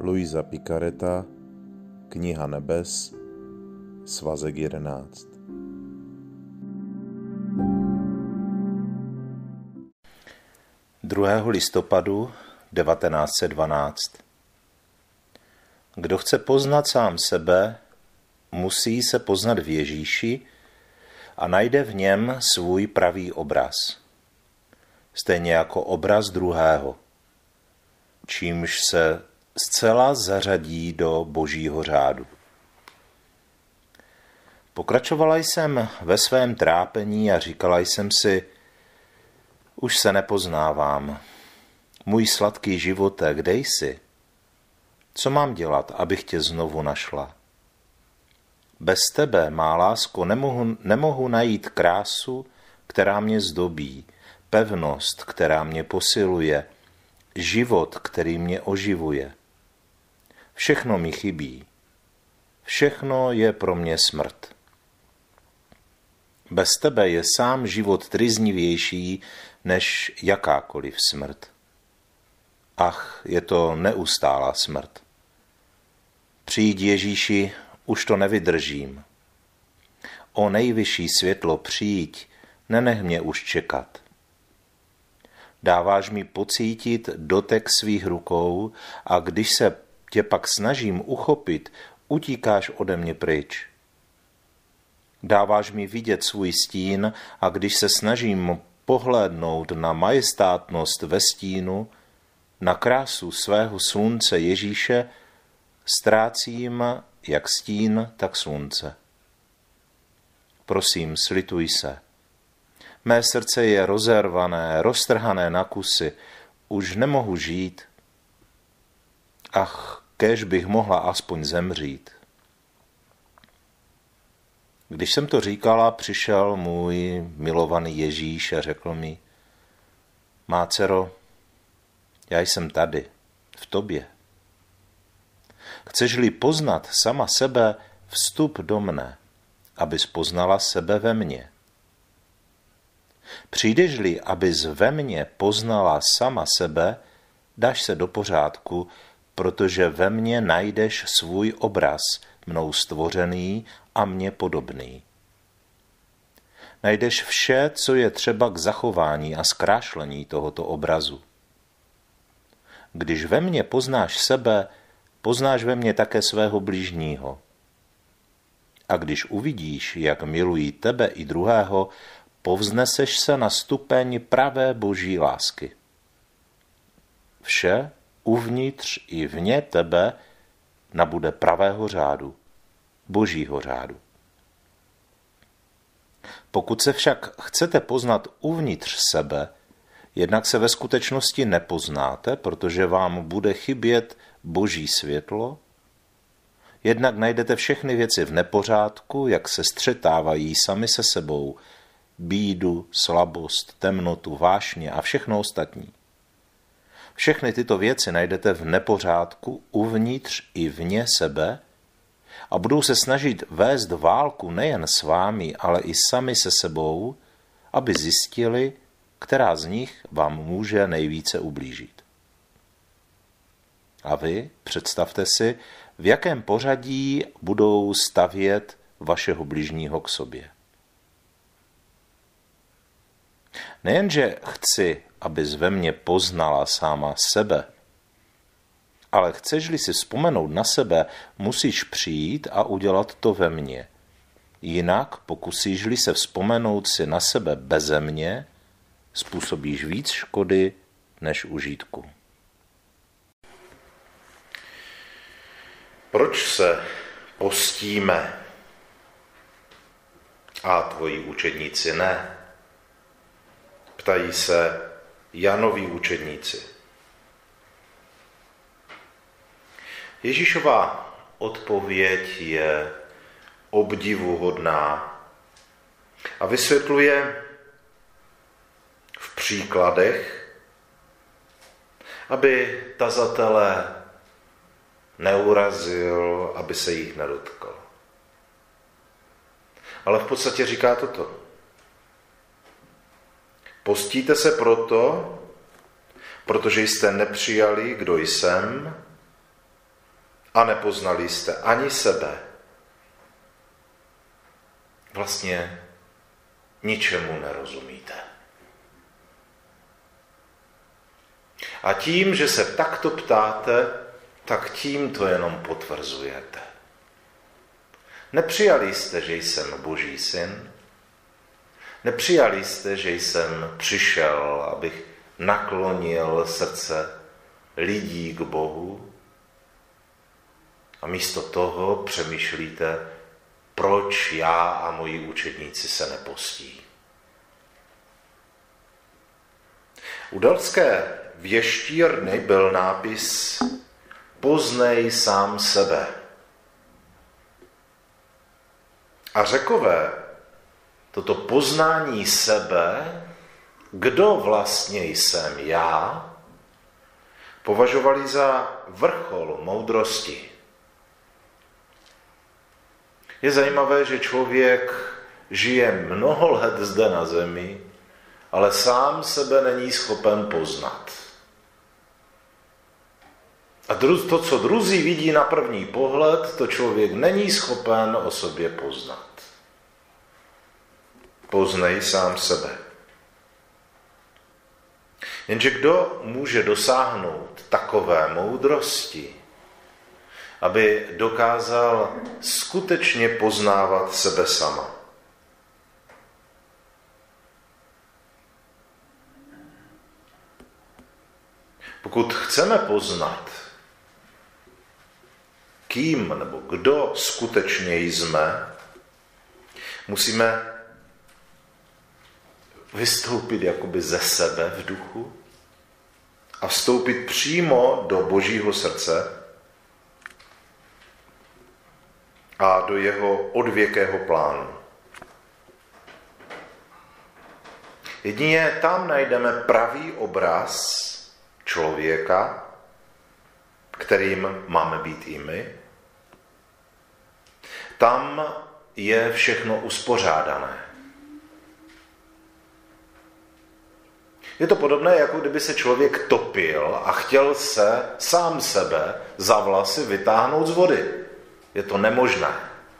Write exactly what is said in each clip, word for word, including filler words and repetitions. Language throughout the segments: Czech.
Luisa Picareta, Kniha nebes, svazek jedenáct. druhého listopadu devatenáct set dvanáct. Kdo chce poznat sám sebe, musí se poznat v Ježíši a najde v něm svůj pravý obraz. Stejně jako obraz druhého, čímž se zcela zařadí do Božího řádu. Pokračovala jsem ve svém trápení a říkala jsem si, už se nepoznávám. Můj sladký živote, kde jsi? Co mám dělat, abych tě znovu našla? Bez tebe, má lásko, nemohu, nemohu najít krásu, která mě zdobí, pevnost, která mě posiluje, život, který mě oživuje. Všechno mi chybí. Všechno je pro mě smrt. Bez tebe je sám život tryznivější než jakákoliv smrt. Ach, je to neustálá smrt. Přijď, Ježíši, už to nevydržím. O nejvyšší světlo, přijď, nenech mě už čekat. Dáváš mi pocítit dotek svých rukou a když se tě pak snažím uchopit, utíkáš ode mě pryč. Dáváš mi vidět svůj stín a když se snažím pohlédnout na majestátnost ve stínu, na krásu svého slunce Ježíše, ztrácím jak stín, tak slunce. Prosím, slituj se. Mé srdce je rozervané, roztrhané na kusy, už nemohu žít. Ach, kéž bych mohla aspoň zemřít. Když jsem to říkala, přišel můj milovaný Ježíš a řekl mi, má dcero, já jsem tady, v tobě. Chceš-li poznat sama sebe, vstup do mne, abys poznala sebe ve mně. Přijdeš-li, abys ve mně poznala sama sebe, dáš se do pořádku, protože ve mně najdeš svůj obraz, mnou stvořený a mně podobný. Najdeš vše, co je třeba k zachování a zkrášlení tohoto obrazu. Když ve mně poznáš sebe, poznáš ve mně také svého bližního. A když uvidíš, jak milují tebe i druhého, povzneseš se na stupeň pravé Boží lásky. Vše uvnitř i vně tebe nabude pravého řádu, Božího řádu. Pokud se však chcete poznat uvnitř sebe, jednak se ve skutečnosti nepoznáte, protože vám bude chybět Boží světlo, jednak najdete všechny věci v nepořádku, jak se střetávají sami se sebou, bídu, slabost, temnotu, vášně a všechno ostatní. Všechny tyto věci najdete v nepořádku uvnitř i vně sebe a budou se snažit vést válku nejen s vámi, ale i sami se sebou, aby zjistili, která z nich vám může nejvíce ublížit. A vy představte si, v jakém pořadí budou stavět vašeho bližního k sobě. Nejenže chci, abys ve mně poznala sama sebe, ale chceš-li si vzpomenout na sebe, musíš přijít a udělat to ve mně. Jinak, pokusíš-li se vzpomenout si na sebe beze mě, způsobíš víc škody než užitku. Proč se postíme a tvoji učedníci ne? Ptají se Janovi učedníci. Ježíšova odpověď je obdivuhodná a vysvětluje v příkladech, aby tazatele neurazil, aby se jich nedotkl. Ale v podstatě říká toto. Postíte se proto, protože jste nepřijali, kdo jsem, a nepoznali jste ani sebe, vlastně ničemu nerozumíte. A tím, že se takto ptáte, tak tím to jenom potvrzujete. Nepřijali jste, že jsem Boží syn, nepřijali jste, že jsem přišel, abych naklonil srdce lidí k Bohu, a místo toho přemýšlíte, proč já a moji učedníci se nepostí. U Dalské věštírny byl nápis Poznej sám sebe. A Řekové toto poznání sebe, kdo vlastně jsem já, považovali za vrchol moudrosti. Je zajímavé, že člověk žije mnoho let zde na zemi, ale sám sebe není schopen poznat. A to, co druzí vidí na první pohled, to člověk není schopen o sobě poznat. Poznej sám sebe. Jenže kdo může dosáhnout takové moudrosti, aby dokázal skutečně poznávat sebe sama? Pokud chceme poznat, kým nebo kdo skutečně jsme, musíme vystoupit jakoby ze sebe v duchu a vstoupit přímo do Božího srdce a do jeho odvěkého plánu. Jedině tam najdeme pravý obraz člověka, kterým máme být i my. Tam je všechno uspořádané. Je to podobné, jako kdyby se člověk topil a chtěl se sám sebe za vlasy vytáhnout z vody. Je to nemožné.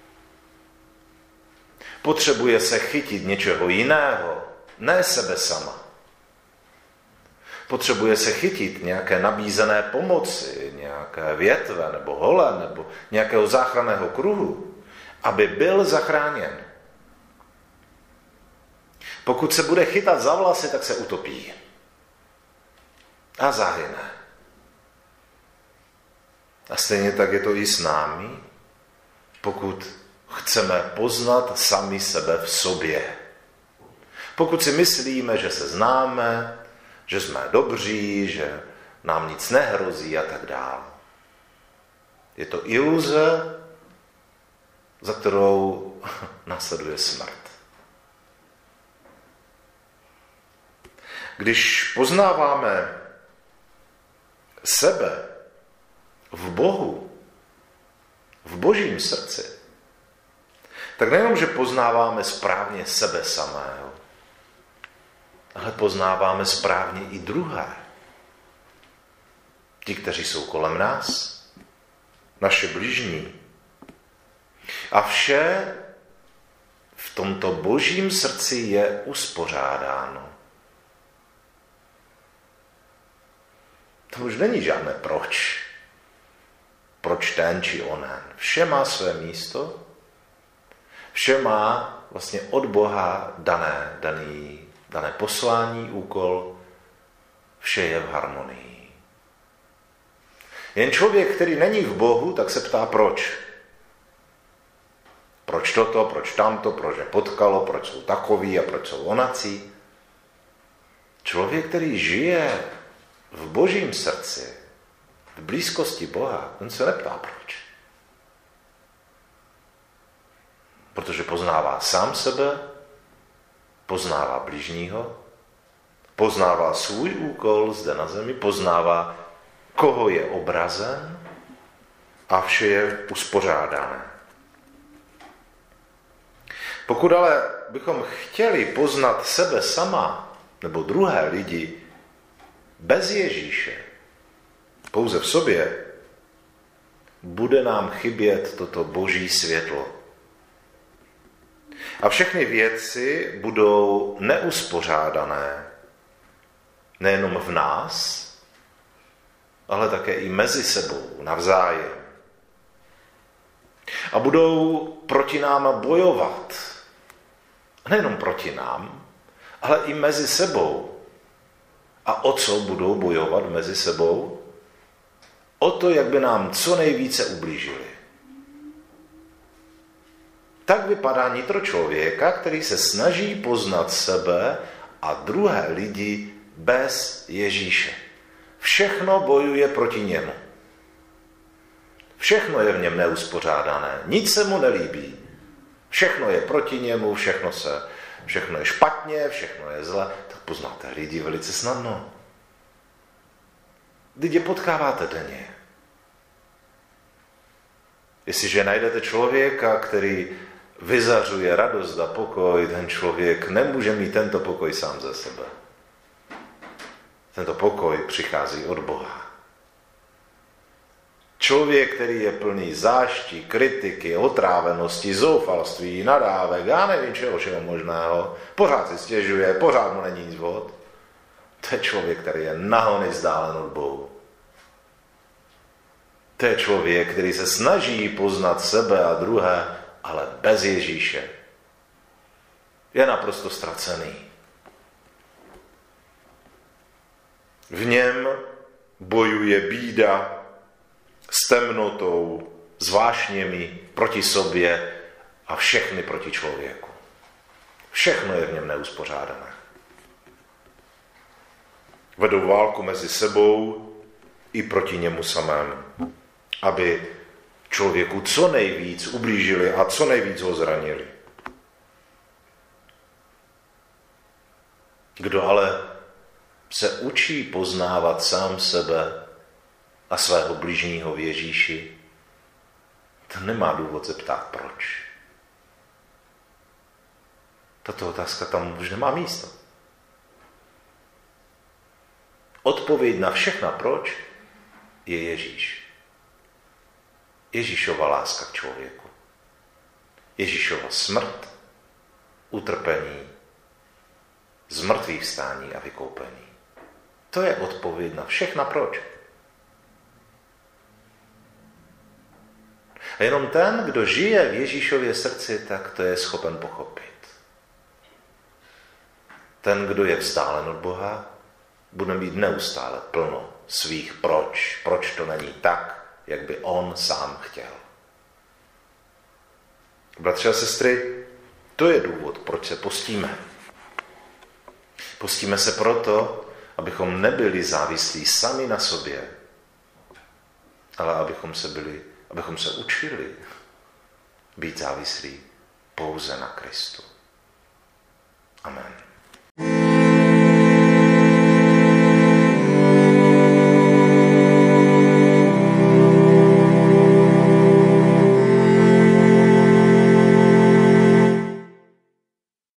Potřebuje se chytit něčeho jiného, ne sebe sama. Potřebuje se chytit nějaké nabízené pomoci, nějaké větve nebo hole nebo nějakého záchranného kruhu, aby byl zachráněn. Pokud se bude chytat za vlasy, tak se utopí. A zahyne. A stejně tak je to i s námi, pokud chceme poznat sami sebe v sobě. Pokud si myslíme, že se známe, že jsme dobří, že nám nic nehrozí a tak dále. Je to iluze, za kterou následuje smrt. Když poznáváme sebe v Bohu, v Božím srdci, tak nejenom, že poznáváme správně sebe samého, ale poznáváme správně i druhé. Ti, kteří jsou kolem nás, naše bližní. A vše v tomto Božím srdci je uspořádáno. To už není žádné proč. Proč ten či onen. Vše má své místo, vše má vlastně od Boha dané, daný, dané poslání, úkol, vše je v harmonii. Jen člověk, který není v Bohu, tak se ptá proč. Proč toto, proč tamto, proč je potkalo, proč jsou takoví a proč jsou onací. Člověk, který žije v Božím srdci, v blízkosti Boha, ten se neptá proč. Protože poznává sám sebe, poznává bližního, poznává svůj úkol zde na zemi, poznává, koho je obrazem a vše je uspořádané. Pokud ale bychom chtěli poznat sebe sama nebo druhé lidi bez Ježíše, pouze v sobě, bude nám chybět toto boží světlo. A všechny věci budou neuspořádané nejenom v nás, ale také i mezi sebou, navzájem. A budou proti nám bojovat. Nejenom proti nám, ale i mezi sebou. A o co budou bojovat mezi sebou? O to, jak by nám co nejvíce ublížili. Tak vypadá nitro člověka, který se snaží poznat sebe a druhé lidi bez Ježíše. Všechno bojuje proti němu. Všechno je v něm neuspořádané, nic se mu nelíbí. Všechno je proti němu, všechno, se, všechno je špatně, všechno je zle. Tak poznáte lidi velice snadno. Když je potkáváte denně. Jestliže najdete člověka, který vyzařuje radost a pokoj, ten člověk nemůže mít tento pokoj sám ze sebe. Tento pokoj přichází od Boha. Člověk, který je plný záští, kritiky, otrávenosti, zoufalství, nadávek, já nevím čeho všeho možného, pořád si stěžuje, pořád mu není nic vod, to je člověk, který je nahony vzdálen od Bohu. To je člověk, který se snaží poznat sebe a druhé, ale bez Ježíše. Je naprosto ztracený. V něm bojuje bída s temnotou, s vášněmi proti sobě a všechny proti člověku. Všechno je v něm neuspořádané. Vedou válku mezi sebou i proti němu samému, aby člověku co nejvíc ublížili a co nejvíc ho zranili. Kdo ale se učí poznávat sám sebe a svého bližního v Ježíši, ten nemá důvod se ptát proč. Tato otázka tam už nemá místo. Odpověď na všechna proč je Ježíš. Ježíšova láska k člověku. Ježíšova smrt, utrpení, zmrtvých vstání a vykoupení. To je odpověď na všechna proč. A jenom ten, kdo žije v Ježíšově srdci, tak to je schopen pochopit. Ten, kdo je vzdálen od Boha, bude mít neustále plno svých proč. Proč to není tak, jak by on sám chtěl. Bratři a sestry, to je důvod, proč se postíme. Postíme se proto, abychom nebyli závislí sami na sobě, ale abychom se, byli, abychom se učili být závislí pouze na Kristu. Amen.